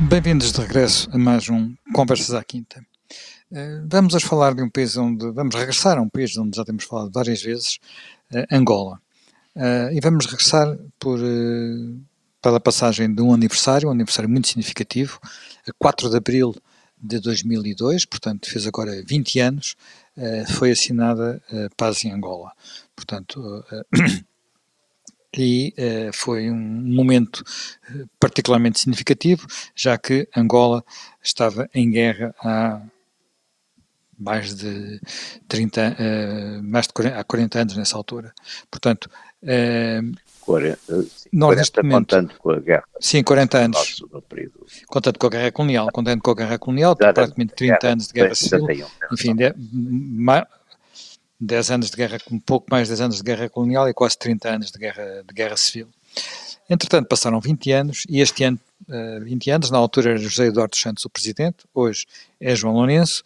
Bem-vindos de regresso a mais um Conversas à Quinta. Vamos hoje falar de um país vamos regressar a um país onde já temos falado várias vezes, Angola. E vamos regressar pela passagem de um aniversário muito significativo, a 4 de abril de 2002, portanto fez agora 20 anos, foi assinada a paz em Angola. Portanto, foi um momento particularmente significativo, já que Angola estava em guerra há mais de 40 anos nessa altura. Portanto, 40, sim, nós 40 neste momento, contando com a guerra. sim, 40 anos, No período. contando com a guerra colonial, praticamente 30 anos de guerra civil, 61, enfim, 10 anos de guerra, um pouco mais de 10 anos de guerra colonial e quase 30 anos de guerra civil. Entretanto, passaram 20 anos e este ano, 20 anos, na altura era José Eduardo Santos o presidente, hoje é João Lourenço,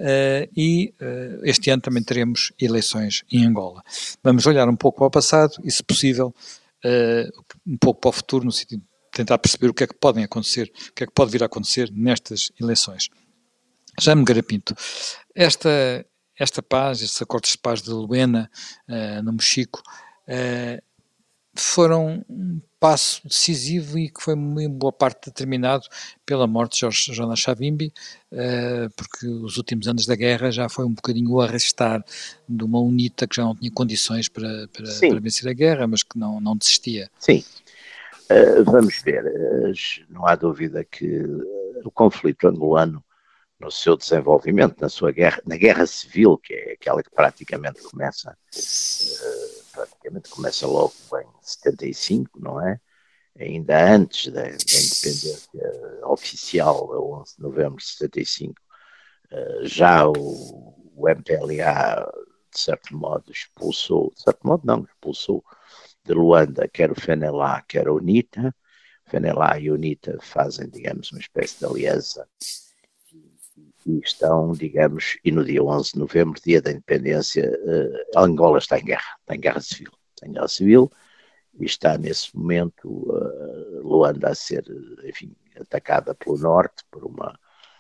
este ano também teremos eleições em Angola. Vamos olhar um pouco para o passado e, se possível, um pouco para o futuro, no sentido de tentar perceber o que é que podem acontecer, o que é que pode vir a acontecer nestas eleições. Jaime Garapinto, esta paz, estes acordos de paz de Luena, no Mexico, foram um passo decisivo e que foi em boa parte determinado pela morte de Jorge Jonas Savimbi, porque os últimos anos da guerra já foi um bocadinho o arrastar de uma UNITA que já não tinha condições para vencer a guerra, mas que não desistia. Sim, vamos ver, não há dúvida que o conflito angolano, no seu desenvolvimento, na guerra civil, que é aquela que praticamente começa logo em 75, não é? Ainda antes da independência oficial, a 11 de novembro de 75, já o MPLA, de certo modo, expulsou de Luanda, quer o FENELA, quer a UNITA. O FENELA e a UNITA fazem, digamos, uma espécie de aliança e estão, digamos, e no dia 11 de novembro, dia da independência, Angola está em guerra civil, e está nesse momento Luanda a ser, enfim, atacada pelo norte por uma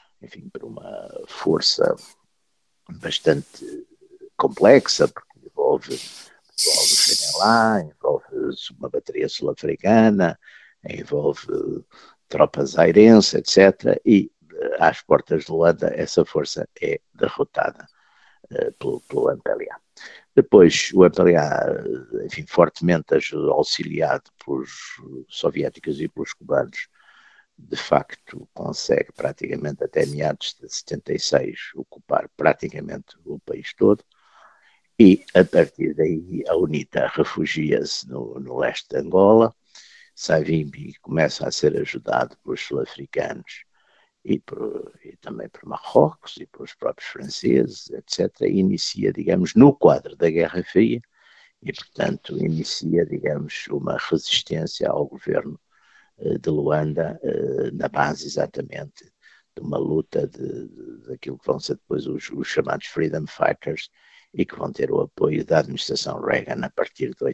força bastante complexa, porque envolve pessoal do FENELA, envolve uma bateria sul-africana, envolve tropas airenses, etc. E às portas de Luanda essa força é derrotada pelo MPLA. Depois o MPLA, enfim, fortemente auxiliado pelos soviéticos e pelos cubanos, de facto consegue praticamente até meados de 76 ocupar praticamente o país todo, e a partir daí a UNITA refugia-se no leste de Angola. Savimbi começa a ser ajudado pelos sul-africanos e também por Marrocos e pelos próprios franceses, etc. E inicia, digamos, no quadro da Guerra Fria, e portanto inicia, digamos, uma resistência ao governo de Luanda, na base exatamente de uma luta daquilo que vão ser depois os chamados Freedom Fighters, e que vão ter o apoio da administração Reagan a partir de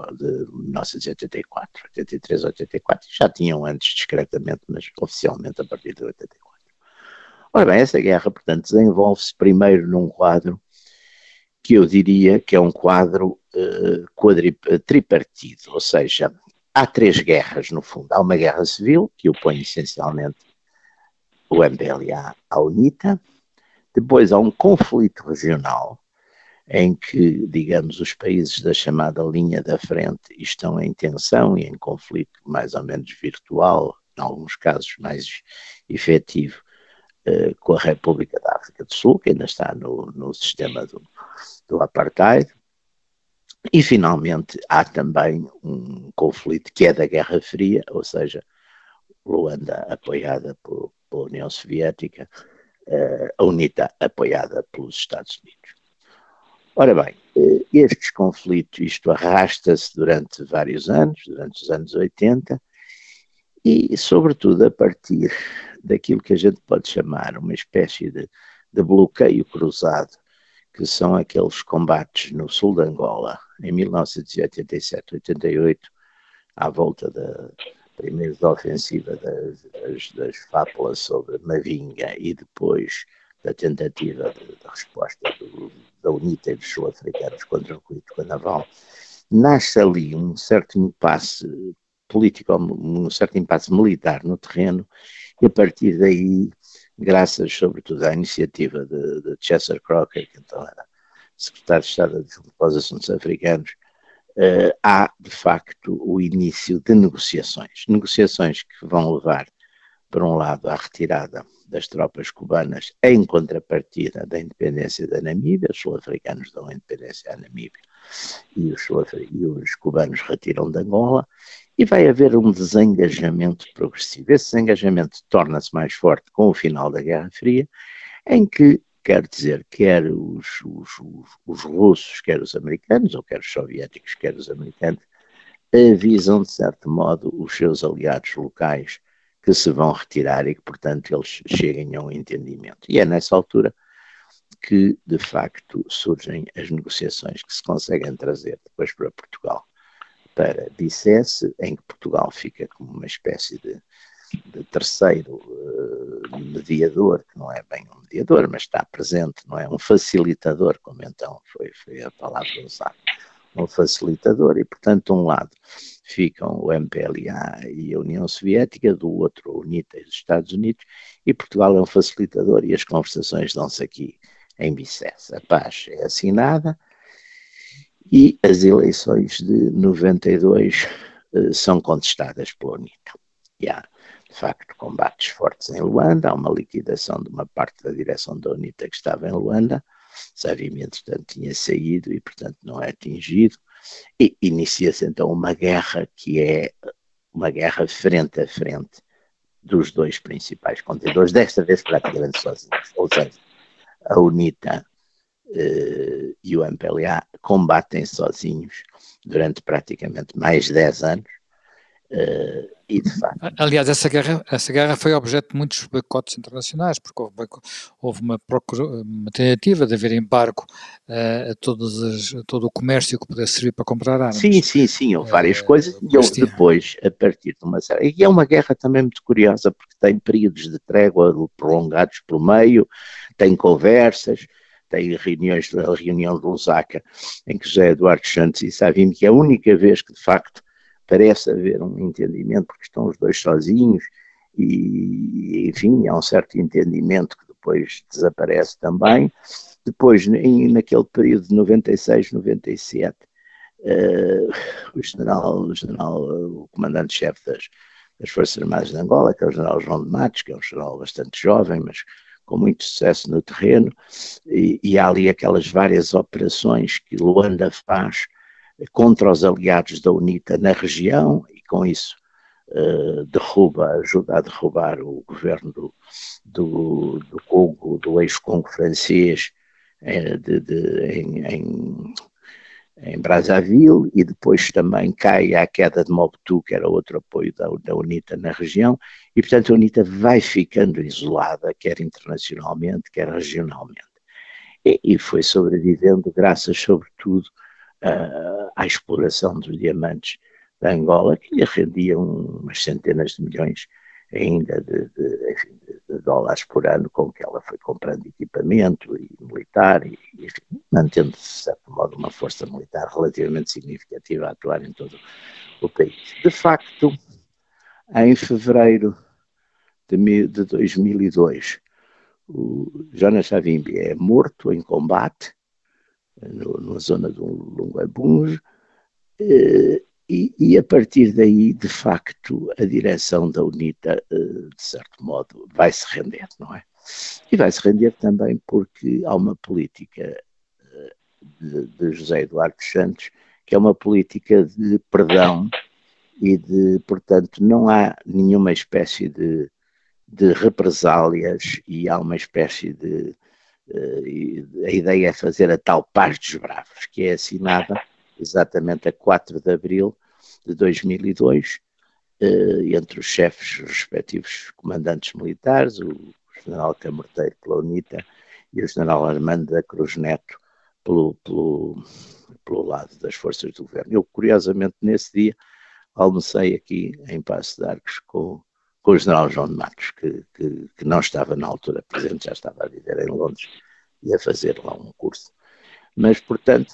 1984, 83, 84, já tinham antes discretamente, mas oficialmente a partir de 84. Ora bem, essa guerra, portanto, desenvolve-se primeiro num quadro que eu diria que é um quadro tripartido, ou seja, há três guerras, no fundo. Há uma guerra civil, que opõe essencialmente o MPLA à UNITA. Depois há um conflito regional, em que, digamos, os países da chamada linha da frente estão em tensão e em conflito mais ou menos virtual, em alguns casos mais efetivo, com a República da África do Sul, que ainda está no sistema do apartheid. E, finalmente, há também um conflito que é da Guerra Fria, ou seja, Luanda apoiada pela União Soviética, a UNITA apoiada pelos Estados Unidos. Ora bem, estes conflitos, isto arrasta-se durante vários anos, durante os anos 80, e sobretudo a partir daquilo que a gente pode chamar uma espécie de bloqueio cruzado, que são aqueles combates no sul de Angola, em 1987-88, à volta primeiro da ofensiva das fábulas sobre Mavinga e depois da tentativa de resposta da UNITA e dos sul-africanos contra a política naval, nasce ali um certo impasse político, um certo impasse militar no terreno, e a partir daí, graças sobretudo à iniciativa de Chester Crocker, que então era secretário de Estado para os Assuntos Africanos, há de facto o início de negociações que vão levar, por um lado, à retirada das tropas cubanas em contrapartida da independência da Namíbia. Os sul-africanos dão a independência à Namíbia e os cubanos retiram de Angola, e vai haver um desengajamento progressivo. Esse desengajamento torna-se mais forte com o final da Guerra Fria, em que, quer dizer, quer os russos, quer os americanos, ou quer os soviéticos, quer os americanos, avisam, de certo modo, os seus aliados locais que se vão retirar e que, portanto, eles cheguem a um entendimento. E é nessa altura que, de facto, surgem as negociações que se conseguem trazer depois para Portugal, para Bicesse, em que Portugal fica como uma espécie de terceiro mediador, que não é bem um mediador, mas está presente, não é? Um facilitador, como então foi a palavra usada. Um facilitador, e portanto de um lado ficam o MPLA e a União Soviética, do outro a UNITA e os Estados Unidos, e Portugal é um facilitador, e as conversações dão-se aqui em Bicesse. A paz é assinada e as eleições de 92 são contestadas pela UNITA. E há, de facto, combates fortes em Luanda, há uma liquidação de uma parte da direção da UNITA que estava em Luanda. Savimbi, entretanto, tinha saído e, portanto, não é atingido, e inicia-se então uma guerra que é uma guerra frente a frente dos dois principais contendores, desta vez praticamente sozinhos, ou seja, a UNITA e o MPLA combatem sozinhos durante praticamente mais de 10 anos, e de facto... Aliás, essa guerra foi objeto de muitos boicotes internacionais, porque houve uma tentativa de haver embargo a todo o comércio que pudesse servir para comprar armas. Sim, houve várias coisas, e houve depois, a partir de uma série... E é uma guerra também muito curiosa, porque tem períodos de trégua prolongados pelo meio, tem conversas, tem reuniões, a reunião de Lusaka, em que José Eduardo Santos e Savimbi, que é a única vez que, de facto, parece haver um entendimento, porque estão os dois sozinhos, e enfim, há um certo entendimento que depois desaparece também. Depois, naquele período de 96, 97, o comandante-chefe das Forças Armadas de Angola, que é o general João de Matos, que é um general bastante jovem, mas com muito sucesso no terreno, e há ali aquelas várias operações que Luanda faz contra os aliados da UNITA na região, e com isso ajuda a derrubar o governo do Congo, do ex-Congo francês, em Brazzaville, e depois também cai à queda de Mobutu, que era outro apoio da UNITA na região, e portanto a UNITA vai ficando isolada, quer internacionalmente, quer regionalmente. E foi sobrevivendo graças, sobretudo, à exploração dos diamantes da Angola, que lhe rendiam umas centenas de milhões ainda de dólares por ano, com que ela foi comprando equipamento e militar, e enfim, mantendo, de certo modo, uma força militar relativamente significativa a atuar em todo o país. De facto, em fevereiro de 2002, o Jonas Savimbi é morto em combate na zona do Lunga-Bunge, e a partir daí, de facto, a direção da UNITA, de certo modo, vai se render, não é? E vai se render também porque há uma política de José Eduardo Santos, que é uma política de perdão e portanto, não há nenhuma espécie de represálias, e há uma espécie a ideia é fazer a tal paz dos bravos, que é assinada exatamente a 4 de abril de 2002, entre os chefes, os respectivos comandantes militares, o general Camorteiro pela UNITA e o general Armando da Cruz Neto pelo lado das forças do governo. Eu, curiosamente, nesse dia, almocei aqui em Paço de Arcos com o general João de Matos, que não estava na altura presente, já estava a viver em Londres e a fazer lá um curso. Mas, portanto,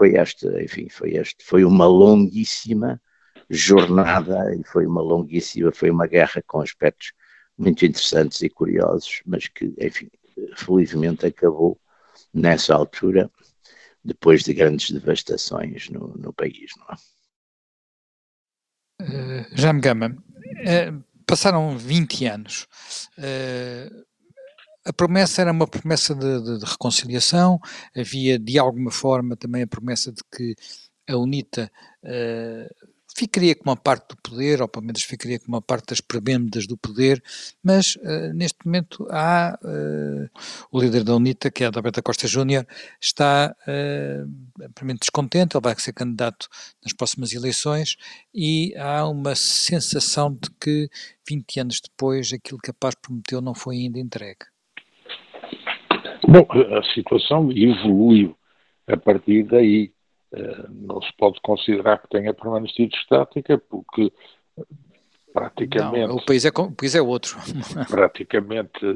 foi uma longuíssima jornada e foi uma guerra com aspectos muito interessantes e curiosos, mas que, enfim, felizmente acabou nessa altura, depois de grandes devastações no país, não é? Jaime Gama, passaram 20 anos. A promessa era uma promessa de reconciliação, havia de alguma forma também a promessa de que a UNITA ficaria com uma parte do poder, ou pelo menos ficaria com uma parte das prebendas do poder, mas neste momento há o líder da UNITA, que é Adalberto Costa Júnior, está aparentemente descontente, ele vai ser candidato nas próximas eleições e há uma sensação de que 20 anos depois aquilo que a paz prometeu não foi ainda entregue. Bom, a situação evoluiu a partir daí. Não se pode considerar que tenha permanecido estática, porque praticamente... Não, o país é outro. Praticamente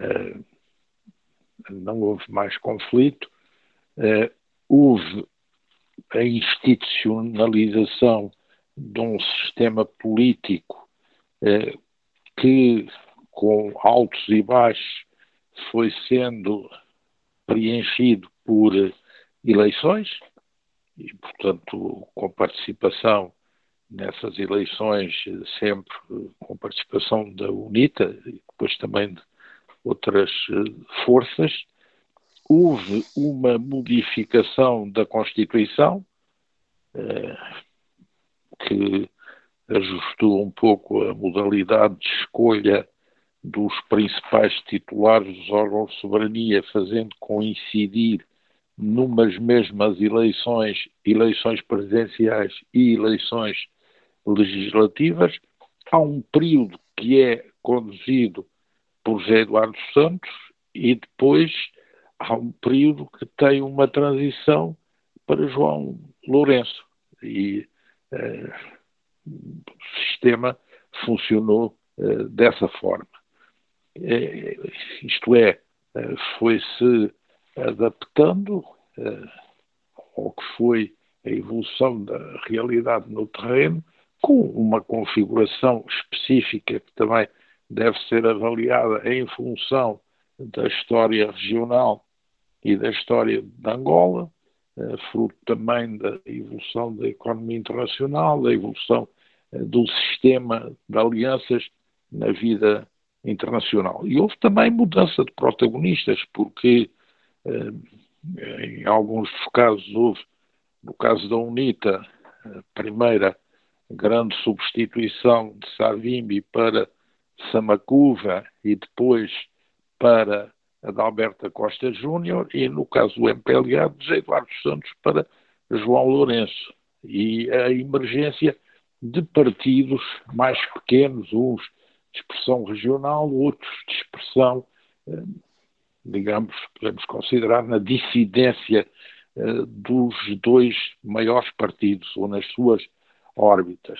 não houve mais conflito. Houve a institucionalização de um sistema político que, com altos e baixos, foi sendo preenchido por eleições e, portanto, com participação nessas eleições, sempre com participação da UNITA e depois também de outras forças. Houve uma modificação da Constituição que ajustou um pouco a modalidade de escolha dos principais titulares dos órgãos de soberania, fazendo coincidir numas mesmas eleições presidenciais e eleições legislativas. Há um período que é conduzido por José Eduardo Santos e depois há um período que tem uma transição para João Lourenço. E o sistema funcionou dessa forma. Isto é, foi-se adaptando ao que foi a evolução da realidade no terreno, com uma configuração específica que também deve ser avaliada em função da história regional e da história de Angola, fruto também da evolução da economia internacional, da evolução do sistema de alianças na vida internacional. E houve também mudança de protagonistas, porque em alguns dos casos houve, no caso da UNITA, a primeira grande substituição de Savimbi para Samacuva e depois para Adalberto Costa Júnior, e no caso do MPLA, de José Eduardo Santos para João Lourenço. E a emergência de partidos mais pequenos, uns de expressão regional, outros de expressão, digamos, podemos considerar na dissidência dos dois maiores partidos, ou nas suas órbitas.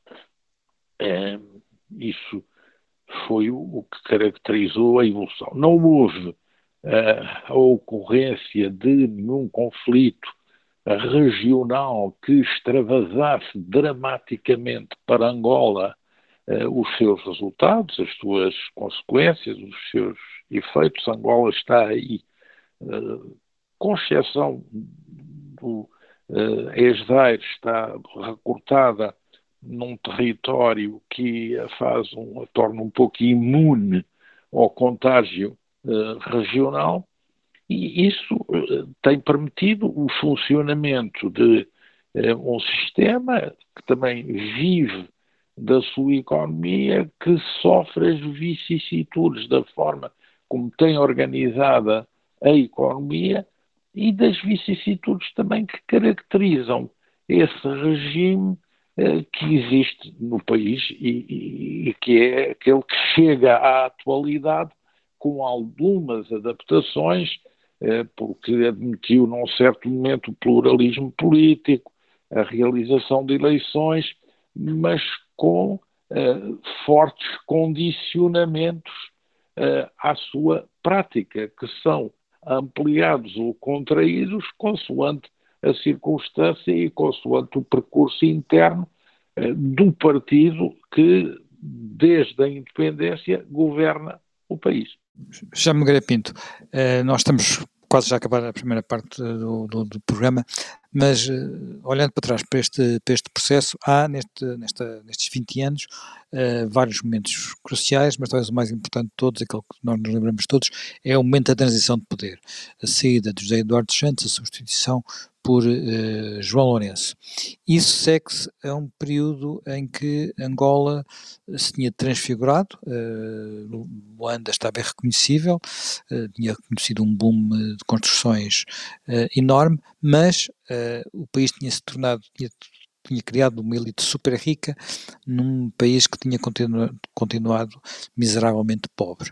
Isso foi o que caracterizou a evolução. Não houve a ocorrência de nenhum conflito regional que extravasasse dramaticamente para Angola os seus resultados, as suas consequências, os seus efeitos. Angola está aí, com exceção do ex-Zaire, está recortada num território que a torna um pouco imune ao contágio regional, e isso tem permitido o funcionamento de um sistema que também vive da sua economia, que sofre as vicissitudes da forma como tem organizada a economia e das vicissitudes também que caracterizam esse regime que existe no país e que é aquele que chega à atualidade com algumas adaptações, porque admitiu num certo momento o pluralismo político, a realização de eleições, mas com fortes condicionamentos à sua prática, que são ampliados ou contraídos consoante a circunstância e consoante o percurso interno do partido que, desde a independência, governa o país. Jaime Nogueira Pinto, nós estamos quase já a acabar a primeira parte do programa, mas olhando para trás para este processo, há nestes 20 anos vários momentos cruciais, mas talvez o mais importante de todos, aquele que nós nos lembramos todos, é o momento da transição de poder, a saída de José Eduardo dos Santos, a substituição por João Lourenço. Isso segue-se a um período em que Angola se tinha transfigurado, Luanda está bem reconhecível, tinha conhecido um boom de construções enorme, mas o país tinha-se tornado, tinha criado uma elite super rica num país que tinha continuado miseravelmente pobre.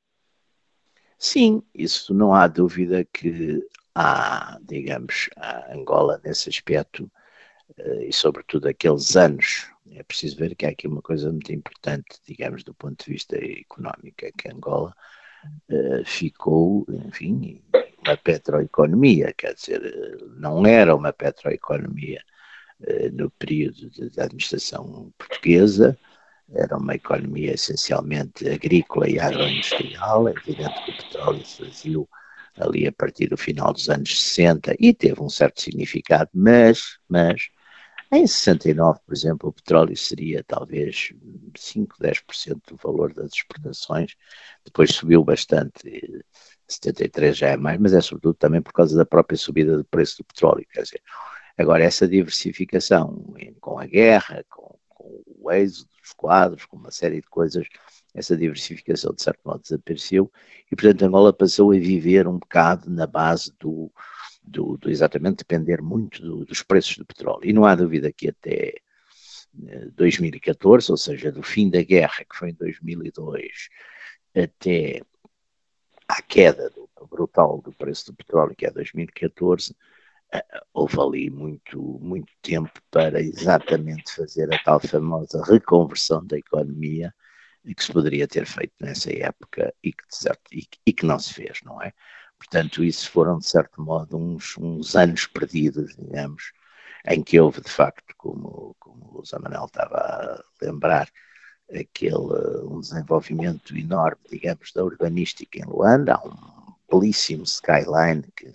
Sim, isso não há dúvida que há, digamos, a Angola nesse aspecto, e sobretudo aqueles anos, é preciso ver que há aqui uma coisa muito importante, digamos, do ponto de vista económico, é que Angola ficou, enfim, uma petroeconomia, quer dizer, não era uma petroeconomia no período da administração portuguesa, era uma economia essencialmente agrícola e agroindustrial. É evidente que o petróleo surgiu ali a partir do final dos anos 60 e teve um certo significado, mas em 69, por exemplo, o petróleo seria talvez 5, 10% do valor das exportações, depois subiu bastante, 73 já é mais, mas é sobretudo também por causa da própria subida do preço do petróleo, quer dizer, agora essa diversificação com a guerra, com o êxodo dos quadros, com uma série de coisas, essa diversificação de certo modo desapareceu e portanto Angola passou a viver um bocado na base do exatamente depender muito dos preços do petróleo. E não há dúvida que até 2014, ou seja, do fim da guerra, que foi em 2002, até à queda brutal do preço do petróleo, que é 2014, houve ali muito tempo para exatamente fazer a tal famosa reconversão da economia que se poderia ter feito nessa época e que não se fez, não é? Portanto, isso foram, de certo modo, uns anos perdidos, digamos, em que houve, de facto, como o Zé Manuel estava a lembrar, um desenvolvimento enorme, digamos, da urbanística em Luanda. Há um belíssimo skyline que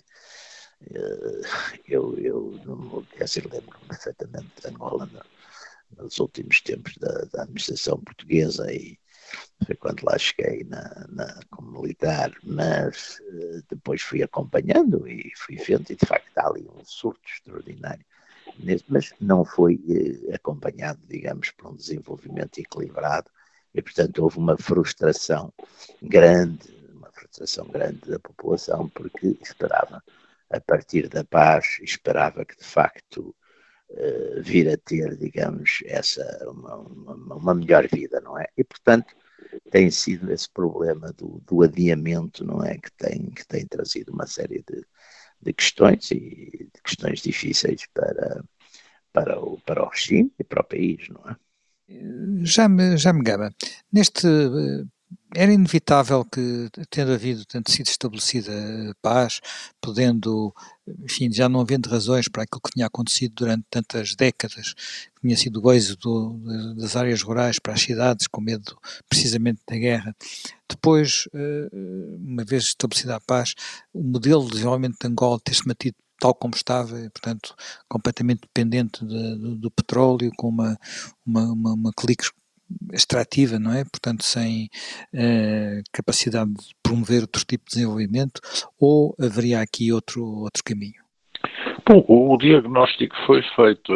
eu lembro-me perfeitamente de Angola nos últimos tempos da administração portuguesa e foi quando lá cheguei como militar, mas depois fui acompanhando e fui vendo e de facto há ali um surto extraordinário, mas não foi acompanhado, digamos, por um desenvolvimento equilibrado e portanto houve uma frustração grande da população porque esperava a partir da paz, esperava que de facto vir a ter, digamos, uma melhor vida, não é? E portanto tem sido esse problema do adiamento, não é? Que tem trazido uma série de questões e de questões difíceis para o regime e para o país, não é? Já me gaba, era inevitável que, tendo sido estabelecida a paz, podendo, enfim, já não havendo razões para aquilo que tinha acontecido durante tantas décadas, que tinha sido o êxodo das áreas rurais para as cidades, com medo precisamente da guerra. Depois, uma vez estabelecida a paz, o modelo de desenvolvimento de Angola ter-se mantido tal como estava, e, portanto, completamente dependente do petróleo, com uma clique extrativa, não é? Portanto, sem capacidade de promover outro tipo de desenvolvimento, ou haveria aqui outro caminho? Bom, o diagnóstico foi feito,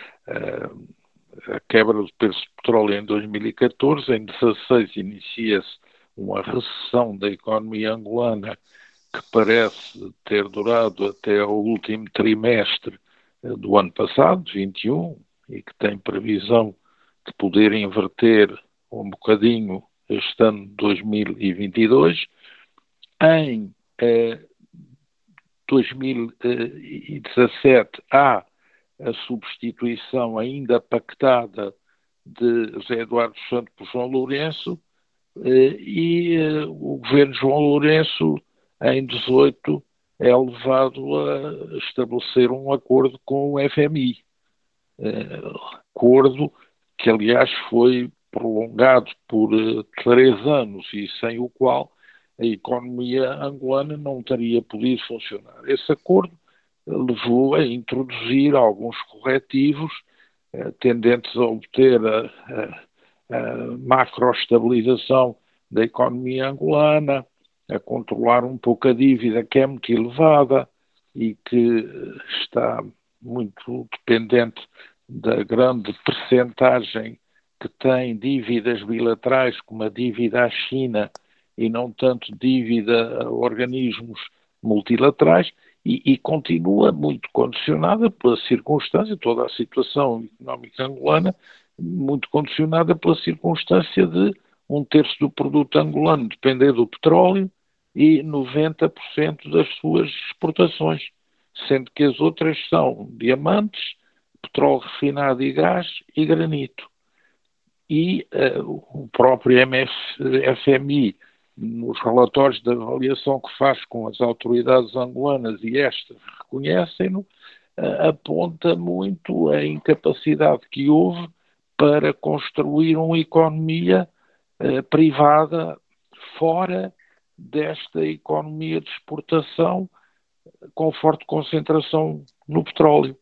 a quebra do preço do petróleo em 2014, em 2016 inicia-se uma recessão da economia angolana que parece ter durado até ao último trimestre do ano passado, 21, e que tem previsão de poder inverter um bocadinho este ano de 2022. Em 2017 há a substituição ainda pactada de José Eduardo dos Santos por João Lourenço, e o governo João Lourenço, em 18, é levado a estabelecer um acordo com o FMI. Acordo que, aliás, foi prolongado por 3 anos e sem o qual a economia angolana não teria podido funcionar. Esse acordo levou a introduzir alguns corretivos tendentes a obter a macroestabilização da economia angolana, a controlar um pouco a dívida, que é muito elevada e que está muito dependente da grande percentagem que tem dívidas bilaterais, como a dívida à China, e não tanto dívida a organismos multilaterais, e continua muito condicionada pela circunstância, toda a situação económica angolana, muito condicionada pela circunstância de 1/3 do produto angolano depender do petróleo e 90% das suas exportações, sendo que as outras são diamantes, petróleo refinado e gás e granito. E o próprio FMI, nos relatórios de avaliação que faz com as autoridades angolanas, e estas reconhecem-no, aponta muito a incapacidade que houve para construir uma economia privada fora desta economia de exportação com forte concentração no petróleo.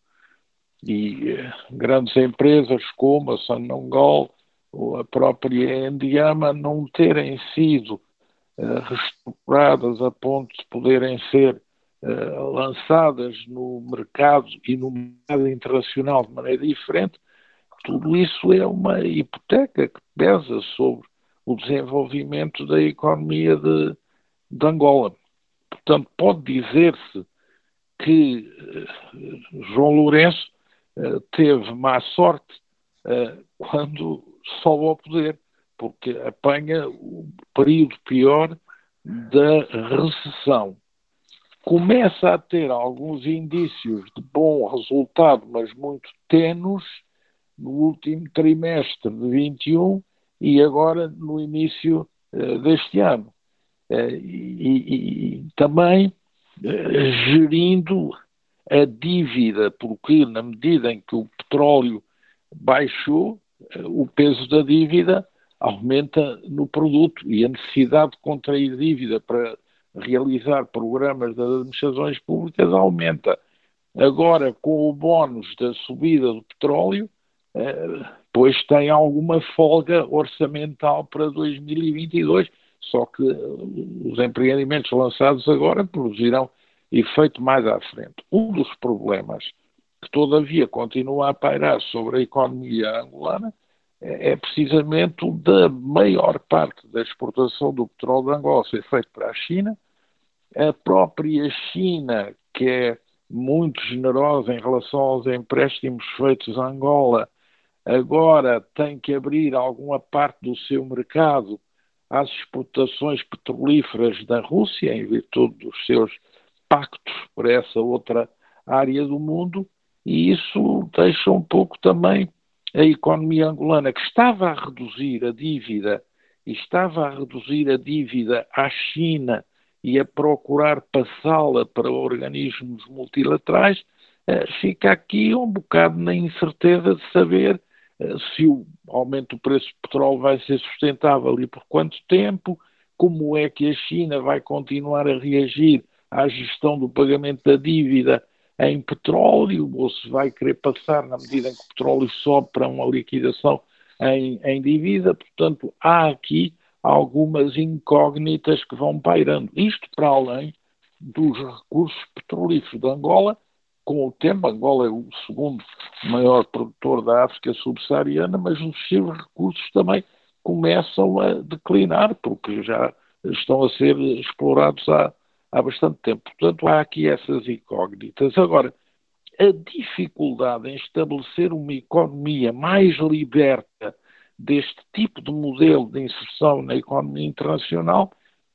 E grandes empresas como a Sonangol ou a própria Endiama não terem sido reestruturadas a ponto de poderem ser lançadas no mercado e no mercado internacional de maneira diferente, tudo isso é uma hipoteca que pesa sobre o desenvolvimento da economia de Angola. Portanto, pode dizer-se que João Lourenço teve má sorte quando sobe ao poder, porque apanha o período pior da recessão. Começa a ter alguns indícios de bom resultado, mas muito tenues, no último trimestre de 21 e agora no início deste ano. E também gerindo a dívida, porque na medida em que o petróleo baixou, o peso da dívida aumenta no produto e a necessidade de contrair dívida para realizar programas das administrações públicas aumenta. Agora, com o bónus da subida do petróleo, pois tem alguma folga orçamental para 2022, só que os empreendimentos lançados agora produzirão efeito mais à frente. Um dos problemas que todavia continua a pairar sobre a economia angolana é precisamente o da maior parte da exportação do petróleo de Angola ser feito para a China. A própria China, que é muito generosa em relação aos empréstimos feitos a Angola, agora tem que abrir alguma parte do seu mercado às exportações petrolíferas da Rússia, em virtude dos seus pactos por essa outra área do mundo, e isso deixa um pouco também a economia angolana, que estava a reduzir a dívida, e estava a reduzir a dívida à China e a procurar passá-la para organismos multilaterais, fica aqui um bocado na incerteza de saber se o aumento do preço do petróleo vai ser sustentável e por quanto tempo, como é que a China vai continuar a reagir à gestão do pagamento da dívida em petróleo, ou se vai querer passar na medida em que o petróleo sobe para uma liquidação em dívida. Portanto, há aqui algumas incógnitas que vão pairando. Isto para além dos recursos petrolíferos de Angola. Com o tempo, Angola é o segundo maior produtor da África subsaariana, mas os seus recursos também começam a declinar, porque já estão a ser explorados há bastante tempo. Portanto, há aqui essas incógnitas. Agora, a dificuldade em estabelecer uma economia mais liberta deste tipo de modelo de inserção na economia internacional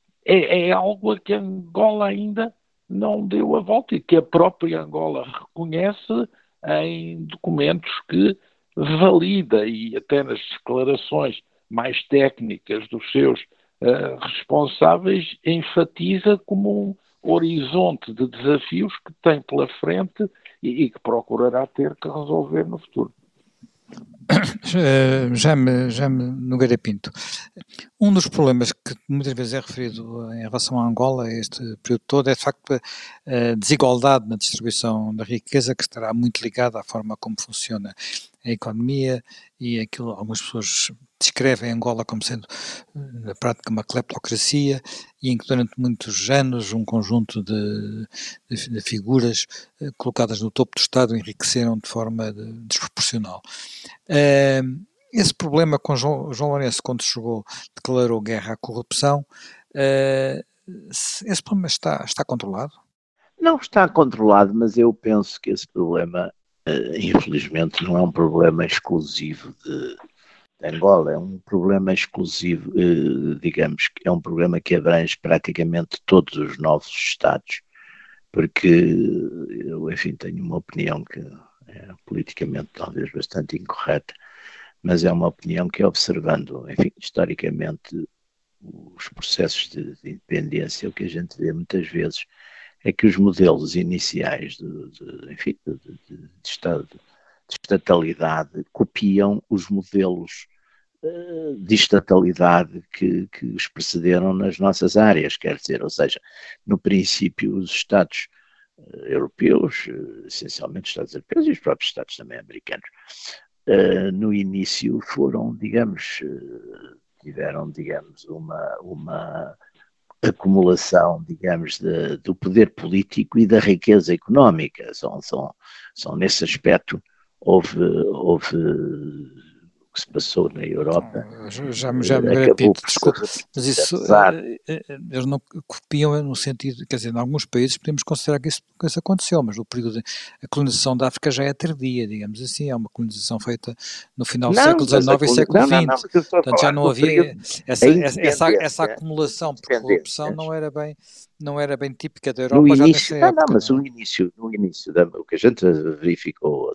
é algo a que Angola ainda não deu a volta e que a própria Angola reconhece em documentos que valida e até nas declarações mais técnicas dos seus responsáveis enfatiza como um horizonte de desafios que tem pela frente e que procurará ter que resolver no futuro. Jaime Nogueira Pinto, um dos problemas que muitas vezes é referido em relação a Angola, este período todo, é de facto a desigualdade na distribuição da riqueza, que estará muito ligada à forma como funciona a economia e aquilo algumas pessoas descrevem Angola como sendo, na prática, uma cleptocracia, e em que durante muitos anos um conjunto de figuras colocadas no topo do Estado enriqueceram de forma desproporcional. Esse problema com João Lourenço, quando chegou, declarou guerra à corrupção. Esse problema está controlado? Não está controlado, mas eu penso que esse problema, infelizmente, não é um problema exclusivo de Angola, é um problema exclusivo, digamos, é um problema que abrange praticamente todos os novos Estados, porque eu, enfim, tenho uma opinião que é politicamente talvez bastante incorreta, mas é uma opinião que, observando, enfim, historicamente, os processos de independência, o que a gente vê muitas vezes é que os modelos iniciais de estatalidade copiam os modelos de estatalidade que os precederam nas nossas áreas, quer dizer, ou seja, no princípio os Estados europeus, essencialmente os Estados europeus e os próprios Estados também americanos, no início foram, digamos, tiveram, digamos, uma acumulação, digamos, do poder político e da riqueza económica. São nesse aspecto, houve o que se passou na Europa. Já me repito, desculpe, mas isso, eles não copiam no sentido, quer dizer, em alguns países podemos considerar que isso aconteceu, mas o período a colonização da África já é tardia, digamos assim, é uma colonização feita no final do século XIX e século XX, portanto já não havia essa acumulação por corrupção, não era bem típica da Europa no já início, nessa época. Mas no início o que a gente verificou,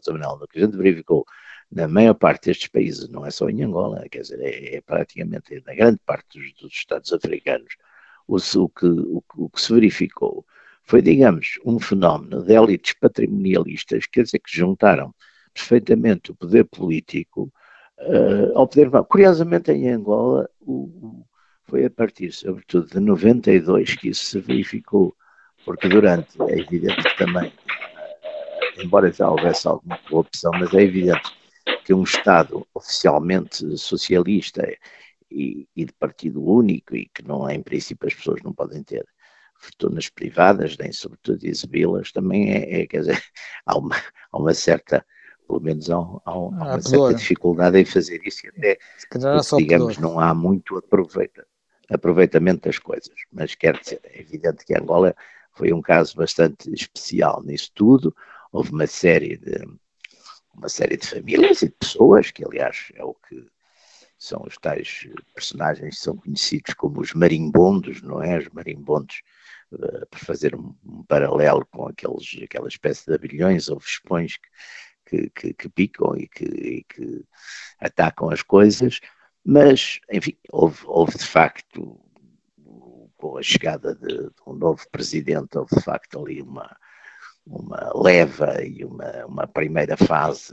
na maior parte destes países, não é só em Angola, quer dizer, é praticamente na grande parte dos Estados africanos, o que se verificou foi, digamos, um fenómeno de élites patrimonialistas, quer dizer, que juntaram perfeitamente o poder político ao poder. Curiosamente, em Angola, foi a partir, sobretudo, de 92 que isso se verificou, porque é evidente que também, embora já houvesse alguma corrupção, mas é evidente que um Estado oficialmente socialista e de partido único, e que não é, em princípio, as pessoas não podem ter fortunas privadas, nem sobretudo exibi-las, também quer dizer, há uma certa, pelo menos há uma certa dificuldade em fazer isso, até, digamos, não há muito aproveitamento das coisas, mas quer dizer, é evidente que Angola foi um caso bastante especial nisso tudo, houve uma série de famílias e de pessoas, que aliás é o que são os tais personagens que são conhecidos como os marimbondos, não é? Os marimbondos, por fazer um paralelo com aquela espécie de abelhões ou vespões que picam e que atacam as coisas, mas, enfim, houve de facto, com a chegada de um novo presidente, houve de facto ali uma leva e uma primeira fase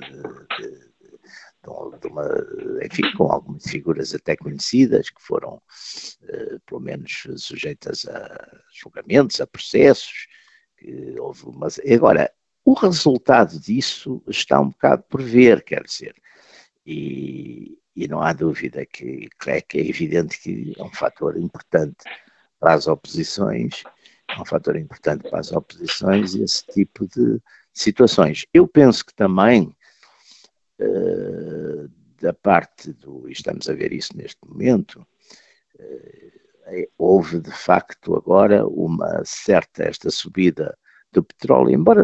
enfim, com algumas figuras até conhecidas que foram, pelo menos, sujeitas a julgamentos, a processos. Agora, o resultado disso está um bocado por ver, quer dizer, e não há dúvida que é evidente que é um fator importante para as oposições, esse tipo de situações. Eu penso que também, da parte e estamos a ver isso neste momento, houve de facto agora esta subida do petróleo, embora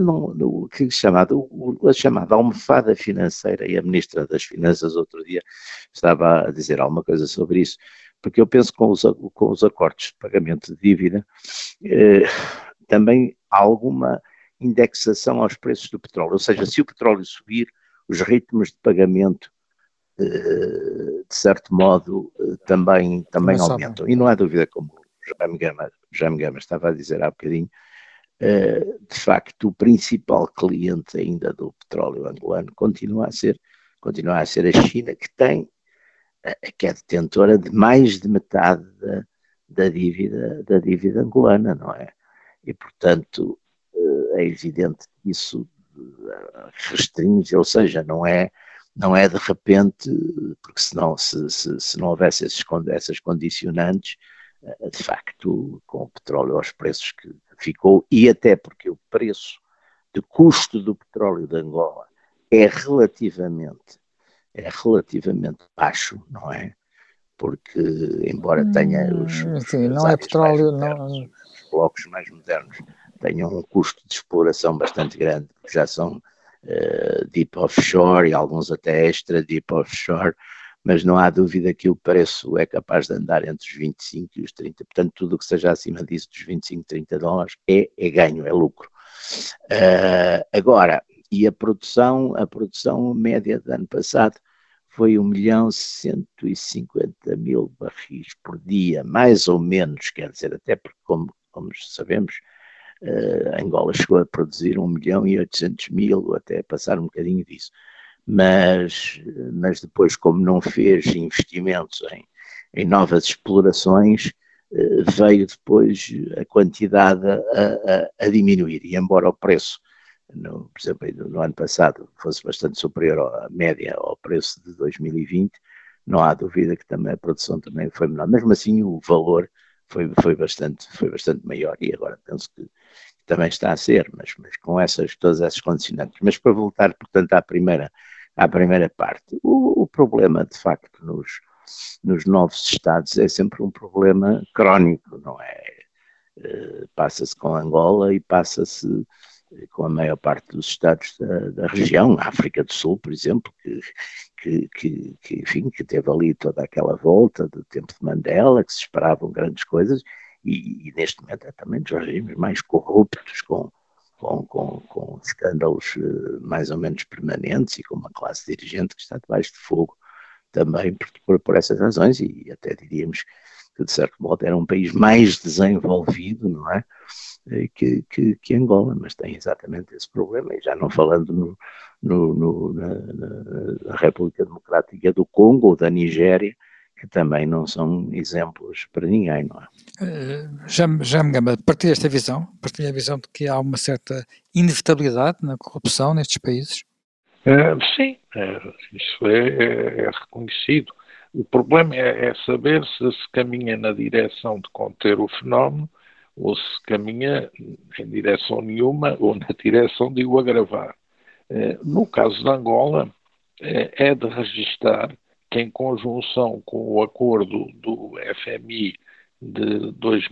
a chamada almofada financeira, e a Ministra das Finanças outro dia estava a dizer alguma coisa sobre isso, porque eu penso que com os acordos de pagamento de dívida também há alguma indexação aos preços do petróleo, ou seja, se o petróleo subir, os ritmos de pagamento, de certo modo, também aumentam. E não há dúvida, como o Jaime Gama estava a dizer há bocadinho, de facto, o principal cliente ainda do petróleo angolano continua a ser a China, que é detentora de mais de metade da dívida angolana, não é? E, portanto, é evidente que isso restringe, ou seja, não é de repente, porque senão, se não houvesse essas condicionantes, de facto, com o petróleo aos preços que ficou, e até porque o preço de custo do petróleo de Angola é relativamente baixo, não é? Porque, embora tenha sim, não é petróleo, os blocos mais modernos tenham um custo de exploração bastante grande, porque já são deep offshore e alguns até extra deep offshore, mas não há dúvida que o preço é capaz de andar entre os 25 e os 30, portanto tudo o que seja acima disso, dos 25, 30 dólares, é ganho, é lucro. Agora, e a produção média do ano passado foi 1.150.000 barris por dia, mais ou menos, quer dizer, até porque, como sabemos, Angola chegou a produzir 1.800.000, até passar um bocadinho disso. Mas depois, como não fez investimentos em novas explorações, veio depois a quantidade a diminuir, e embora o preço, por exemplo, no ano passado fosse bastante superior à média ao preço de 2020, não há dúvida que também a produção também foi menor. Mesmo assim, o valor foi bastante maior, e agora penso que também está a ser, mas com todas essas condicionantes. Mas para voltar, portanto, à primeira parte, o problema, de facto, nos novos Estados é sempre um problema crónico, não é? Passa-se com Angola e passa-se com a maior parte dos Estados da região, a África do Sul, por exemplo, enfim, que teve ali toda aquela volta do tempo de Mandela, que se esperavam grandes coisas, e neste momento é também dos regimes mais corruptos, com escândalos mais ou menos permanentes e com uma classe dirigente que está debaixo de fogo também por essas razões, e até diríamos que de certo modo era um país mais desenvolvido, não é? Que Angola, mas tem exatamente esse problema, e já não falando na República Democrática do Congo ou da Nigéria, que também não são exemplos para ninguém, não é? Já me gamba, partilha esta visão? Partilha a visão de que há uma certa inevitabilidade na corrupção nestes países? Sim, isso é reconhecido. O problema é saber se caminha na direção de conter o fenómeno ou se caminha em direção nenhuma ou na direção de o agravar. No caso de Angola, é de registar que, em conjunção com o acordo do FMI de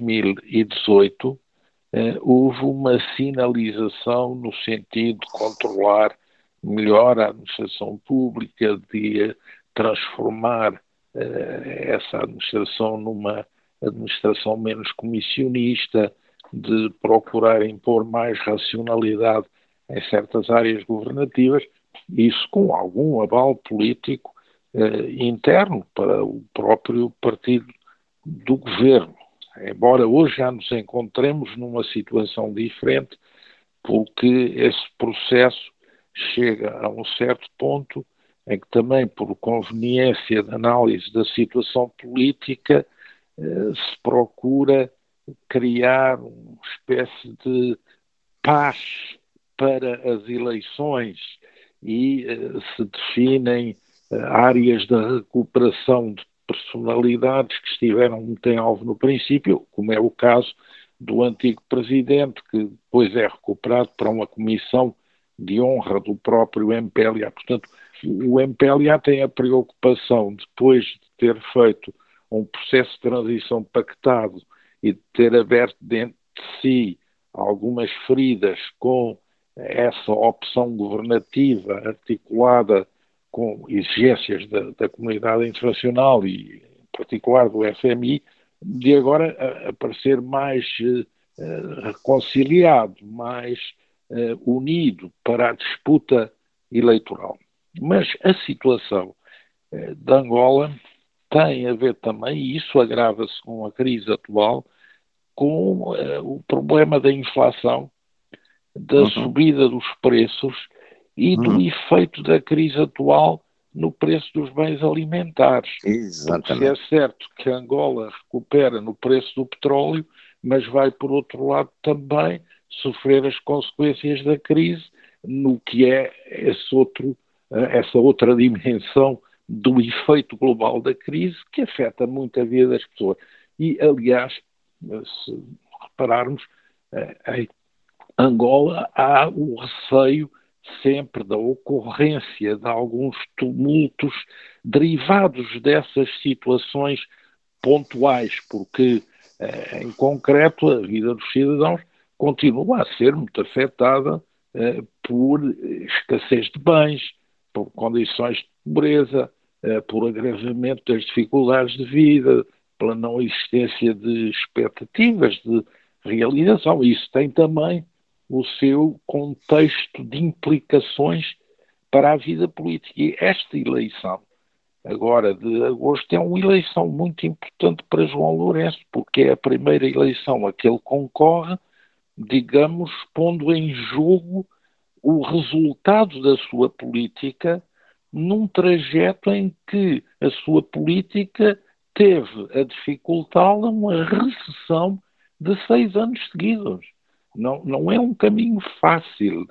2018, houve uma sinalização no sentido de controlar melhor a administração pública, de transformar essa administração numa administração menos comissionista, de procurar impor mais racionalidade em certas áreas governativas, isso com algum aval político interno para o próprio partido do governo. Embora hoje já nos encontremos numa situação diferente, porque esse processo chega a um certo ponto em que também, por conveniência de análise da situação política, se procura criar uma espécie de paz para as eleições e se definem áreas da recuperação de personalidades que estiveram muito em alvo no princípio, como é o caso do antigo presidente, que depois é recuperado para uma comissão de honra do próprio MPLA. Portanto, o MPLA tem a preocupação, depois de ter feito um processo de transição pactado e de ter aberto dentro de si algumas feridas com essa opção governativa articulada com exigências da comunidade internacional e, em particular, do FMI, de agora aparecer mais reconciliado, mais unido para a disputa eleitoral. Mas a situação de Angola tem a ver também, e isso agrava-se com a crise atual, com o problema da inflação, da subida dos preços e do efeito da crise atual no preço dos bens alimentares. Porque se é certo que Angola recupera no preço do petróleo, mas vai, por outro lado, também sofrer as consequências da crise no que é essa outra dimensão do efeito global da crise que afeta muito a vida das pessoas. E, aliás, se repararmos, em Angola há o receio sempre da ocorrência de alguns tumultos derivados dessas situações pontuais, porque, em concreto, a vida dos cidadãos continua a ser muito afetada por escassez de bens, por condições de pobreza, por agravamento das dificuldades de vida, pela não existência de expectativas de realização. Isso tem também o seu contexto de implicações para a vida política. E esta eleição, agora de agosto, é uma eleição muito importante para João Lourenço, porque é a primeira eleição a que ele concorre, digamos, pondo em jogo o resultado da sua política num trajeto em que a sua política teve a dificultá-la uma recessão de 6 anos seguidos. Não é um caminho fácil.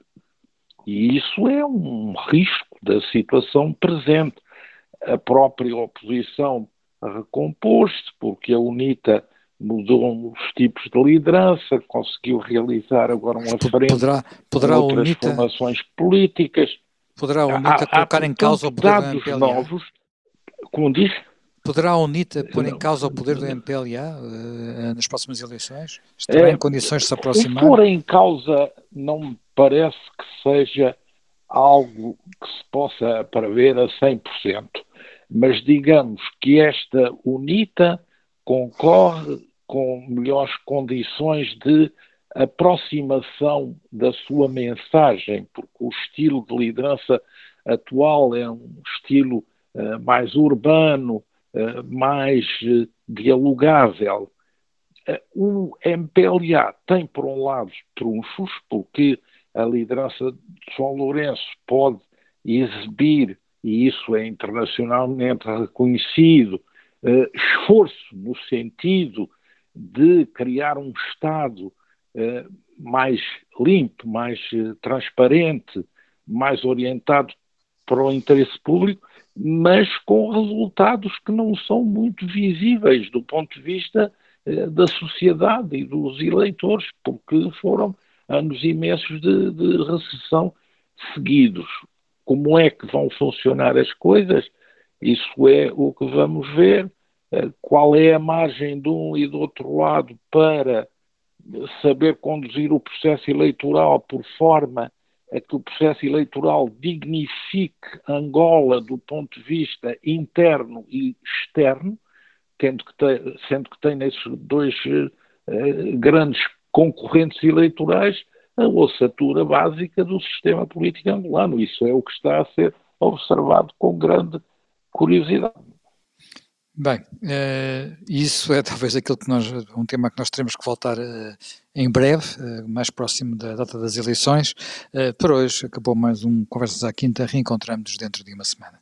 E isso é um risco da situação presente. A própria oposição recompôs-se, porque a UNITA mudou os tipos de liderança, conseguiu realizar agora um aferendo poderá com outras UNITA, formações políticas. Poderá a UNITA colocar em causa o poder do MPLA? Novos, como diz? Poderá a UNITA pôr em causa o poder do MPLA nas próximas eleições? Estará em condições de se aproximar? Pôr em causa não me parece que seja algo que se possa prever a 100%. Mas digamos que esta UNITA concorre com melhores condições de aproximação da sua mensagem, porque o estilo de liderança atual é um estilo mais urbano, mais dialogável. O MPLA tem, por um lado, trunfos, porque a liderança de João Lourenço pode exibir, e isso é internacionalmente reconhecido, esforço no sentido de criar um Estado mais limpo, mais transparente, mais orientado para o interesse público, mas com resultados que não são muito visíveis do ponto de vista da sociedade e dos eleitores, porque foram anos imensos de recessão seguidos. Como é que vão funcionar as coisas? Isso é o que vamos ver. Qual é a margem de um e do outro lado para saber conduzir o processo eleitoral por forma a que o processo eleitoral dignifique Angola do ponto de vista interno e externo, sendo que tem nesses dois grandes concorrentes eleitorais a ossatura básica do sistema político angolano. Isso é o que está a ser observado com grande curiosidade. Bem, isso é talvez um tema que nós teremos que voltar em breve, mais próximo da data das eleições. Por hoje acabou mais um Conversas à Quinta, reencontramos-nos dentro de uma semana.